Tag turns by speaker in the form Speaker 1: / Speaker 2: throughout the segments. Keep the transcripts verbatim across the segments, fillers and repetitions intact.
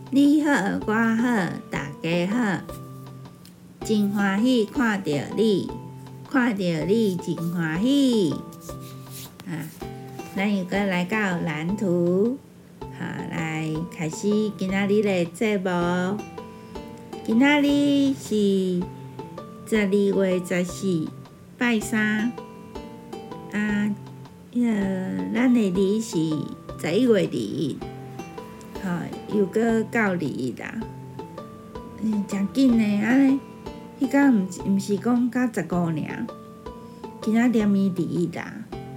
Speaker 1: 你好，我好，大家好，真欢喜看到你，看到你真欢喜。啊，咱又搁来到蓝图，好，来开始今仔日的节目。今仔日是十二月十四，拜三。啊，迄个咱的日是十一月二日。吼、哦，又搁到二日啦，嗯，真紧呢，安尼，迄天毋毋是讲到十五尔，今仔连伊二日啦，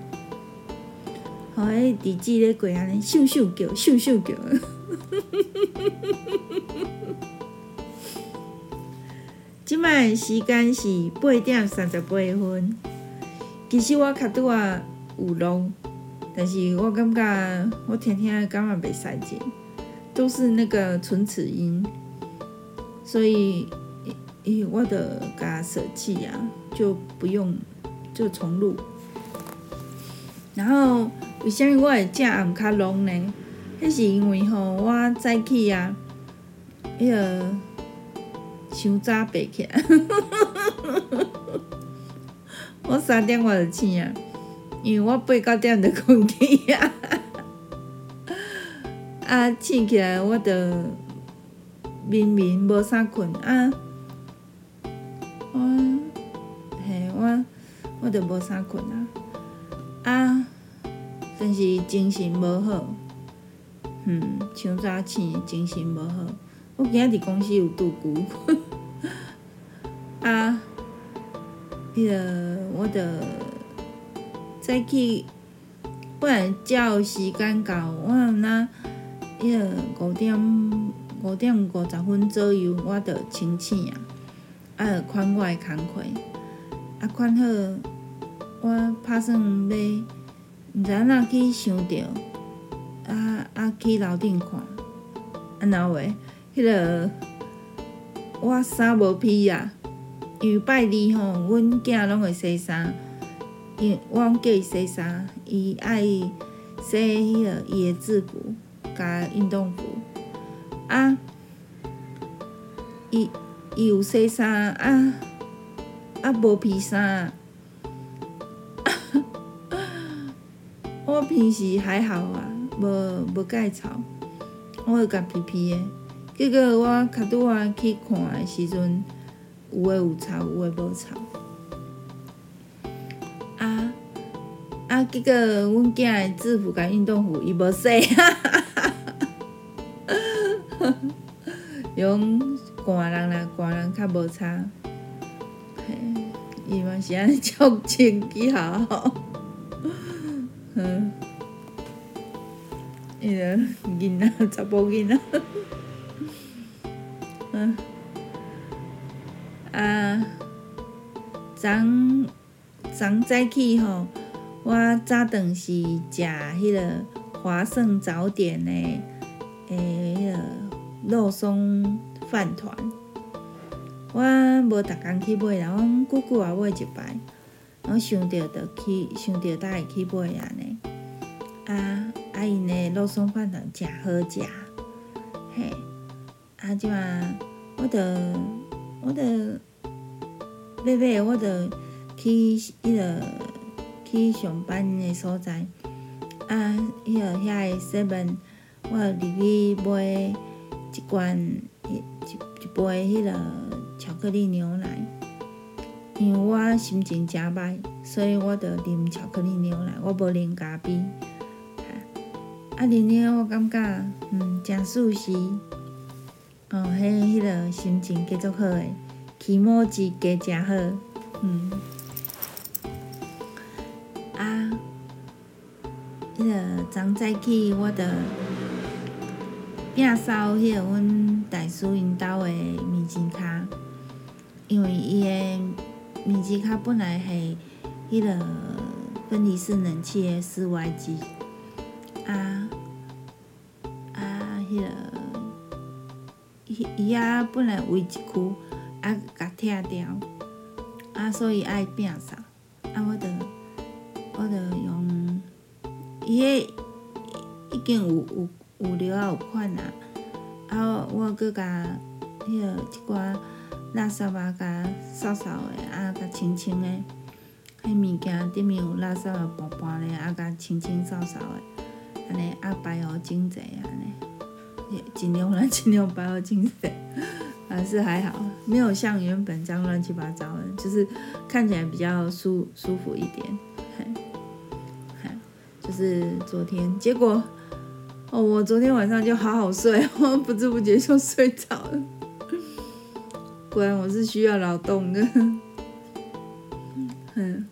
Speaker 1: 吼、哦，迄日子咧过安尼，咻咻叫，咻咻叫，即摆时间是八点三十八分，其实我较拄仔有录，但是我感觉我听听感觉袂使劲。都是那个唇齿音，所以我的给它舍弃啊，就不用就重录。然后为什么我会这暗较拢呢？迄是因为吼、喔，我早起啊，迄、那个伤早爬起来，我三点我就醒啊，因为我八九点就困去啊。啊，醒起来我就明明无啥困啊，我嘿我我就无啥困啊，啊，但是精神无好，嗯，伤早醒，精神无好。我今仔伫公司有拄久，啊，迄、那个我着早起，本来照时间到，我若若。迄个五点五点五十分左右，我着清醒啊，啊，着款我的工课，啊，款好，我打算要，毋知影哪去想着，啊啊去楼顶看，啊，然后诶，迄个我衫无披啊，因为拜二吼，阮囝拢会洗衫，因为我叫伊洗衫，伊爱洗迄个伊的制服。加运动服啊，伊伊有洗衫啊，啊无披衫，我平时还好啊，无无介吵，我会甲披披的。结果我较拄仔去看的时阵，有诶有吵，有诶无吵。啊啊！结果阮囝的制服甲运动服伊无洗。用寒人啦，寒人较无差，嘿，伊嘛是安尼照穿去学校，嗯，迄个囡仔查甫囡仔，嗯，啊，昨昨早起吼，我早顿是食迄个华盛早点的，诶，迄个。肉松饭团，我无逐工去买啦，我久久啊买一摆，我想着就去，想着才会去买安尼。啊啊，因的肉松饭团真好食，嘿，啊即嘛，我着我着买买，我着去迄个去上班的所在，啊，迄个遐个 seven， 我入去买。一罐一一杯迄个巧克力牛奶，因为我心情真歹，所以我着啉巧克力牛奶，我无啉咖啡。啊，啉了我感觉嗯真舒适，哦，迄迄个心情加足好诶，起毛质加真好，嗯。啊，迄个昨早起我着。摒扫迄个阮大叔因兜的面钱卡，因为伊的面钱卡本来是迄个分离式冷气的室外机，啊啊，迄、那个伊伊啊本来围一区，啊甲拆掉，啊所以爱摒扫，啊我着我着用伊迄已经有有。有了啊有款啊， 啊，我搁甲迄个一寡垃圾啊，甲扫扫的，啊，甲清清的，迄物件顶面有垃圾啊，薄薄的，啊，甲清清扫扫的，安尼啊摆好整齐安尼，尽量啦，尽量摆好整齐，还是还好，没有像原本这样乱七八糟的，就是看起来比较舒舒服一点。嘿，嘿，就是昨天，结果哦，我昨天晚上就好好睡，我不知不觉就睡着了。果然我是需要劳动的。嗯，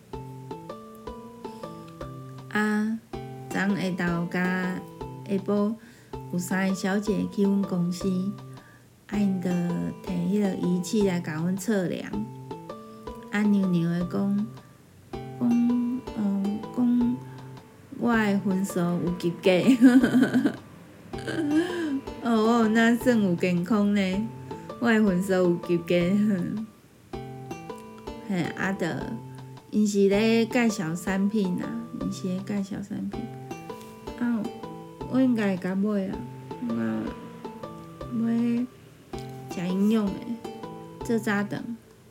Speaker 1: 啊，昨下昼甲下晡有三个小姐去阮公司，啊，因就摕迄个仪器来甲阮测量，啊，娘娘的讲，讲，嗯，讲我的分数有及格。哦，我那算有健康呢，我的分数有及格。嘿，啊，着因是咧介绍产品啊，因是咧介绍产品。啊，我应该会甲买啊，我买食营养的，做早顿。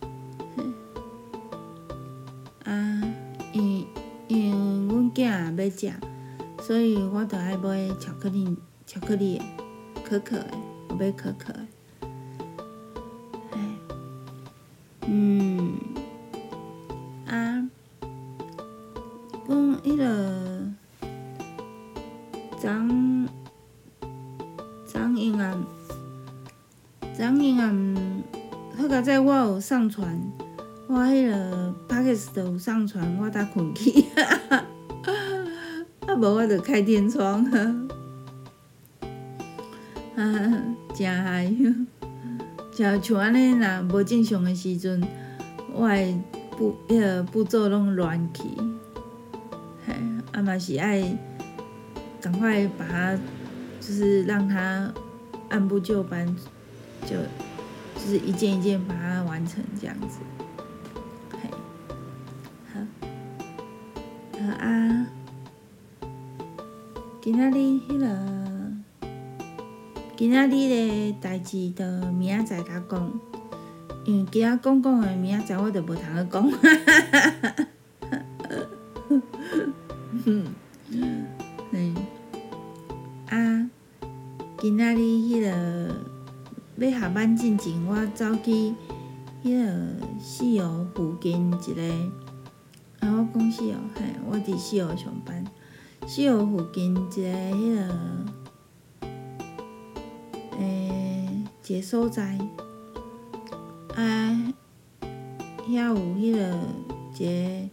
Speaker 1: 啊，因因阮囝也要食，所以我着爱买巧克力、巧克力的、可可的，我买可可的。哎，嗯，啊，讲迄个昨昨阴暗，昨阴暗，好佳在我有上传。我迄个 Podcast 有上传，我才困去，啊无我就开天窗，啊，真害，就像安尼，若无正常的时阵，我的步迄个步骤拢乱去，嘿，啊嘛是爱赶快把它，就是让它按部就班，就就是一件一件把它完成这样子。啊，今仔日迄个，今仔日的代志，着明仔载甲讲，因为今仔讲讲的，明仔载我着无通去讲。嗯，啊，今仔日迄个要下班进前，我走去迄个四湖附近一个。啊，我讲四湖，嘿，我伫四湖上班。四湖附近一个迄个，诶，一个所在，啊，遐有迄个一个，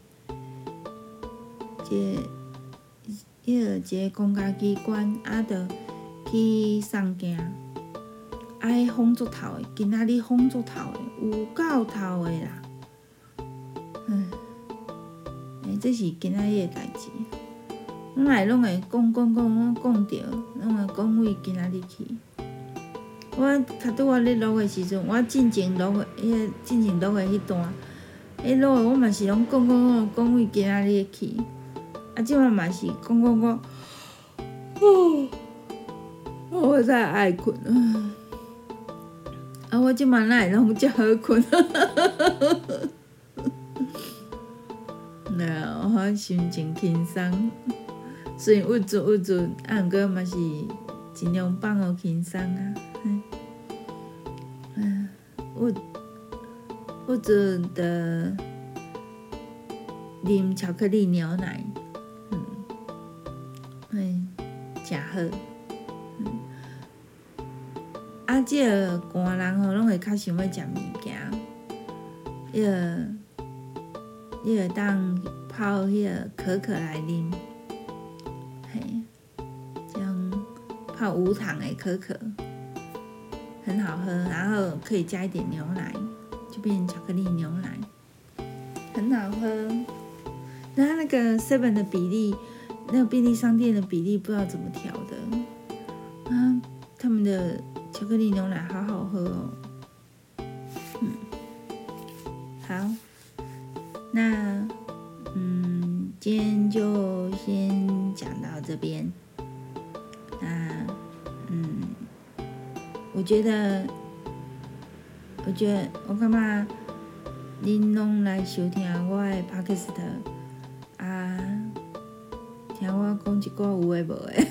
Speaker 1: 一个，迄个一个公家机关，啊，着去送件，啊，迄风足透的，今仔日风足透的，有够透的啦，嗯。这是今仔日的代志，我来拢会讲讲讲讲着，拢会讲为今仔日去。我较拄我咧录的时阵，我进前录的，迄个进前录的迄段，迄录的我嘛是拢讲讲讲讲为今仔日去，啊，即摆嘛是讲讲讲，哦，我才爱困啊！啊，我即摆哪会拢遮好困？啊，我心情轻松，虽然郁卒郁卒，啊，毋过嘛是尽量放互轻松啊。嗯，郁郁卒着啉巧克力牛奶，嗯，嗯，真好。嗯，啊，即个寒人吼，拢会较想要食物件，迄个。你会当泡迄个可可来啉，嘿，这样泡无糖的可可，很好喝，然后可以加一点牛奶，就变成巧克力牛奶，很好喝。那它那个 seven 的比例，那个便利商店的比例不知道怎么调的，啊，他们的巧克力牛奶好好喝哦。嗯，好。那，嗯，今天就先讲到这边。那，嗯， 我觉得，我觉得，我感觉恁拢来收听我的 podcast 啊，听我讲一寡有诶无诶。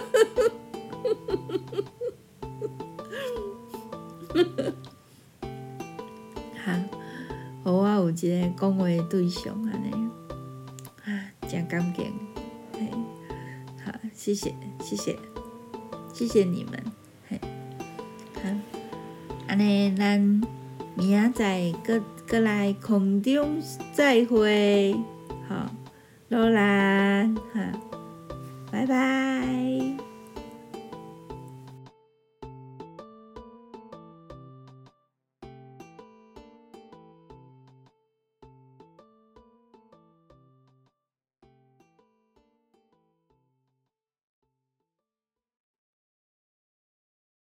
Speaker 1: 哈，互我有一个讲话的对象安尼，啊，真感激，嘿，好，谢谢，谢谢，谢谢你们，嘿，好，安尼咱明仔载搁搁来空中再会，好，罗兰，哈，拜拜。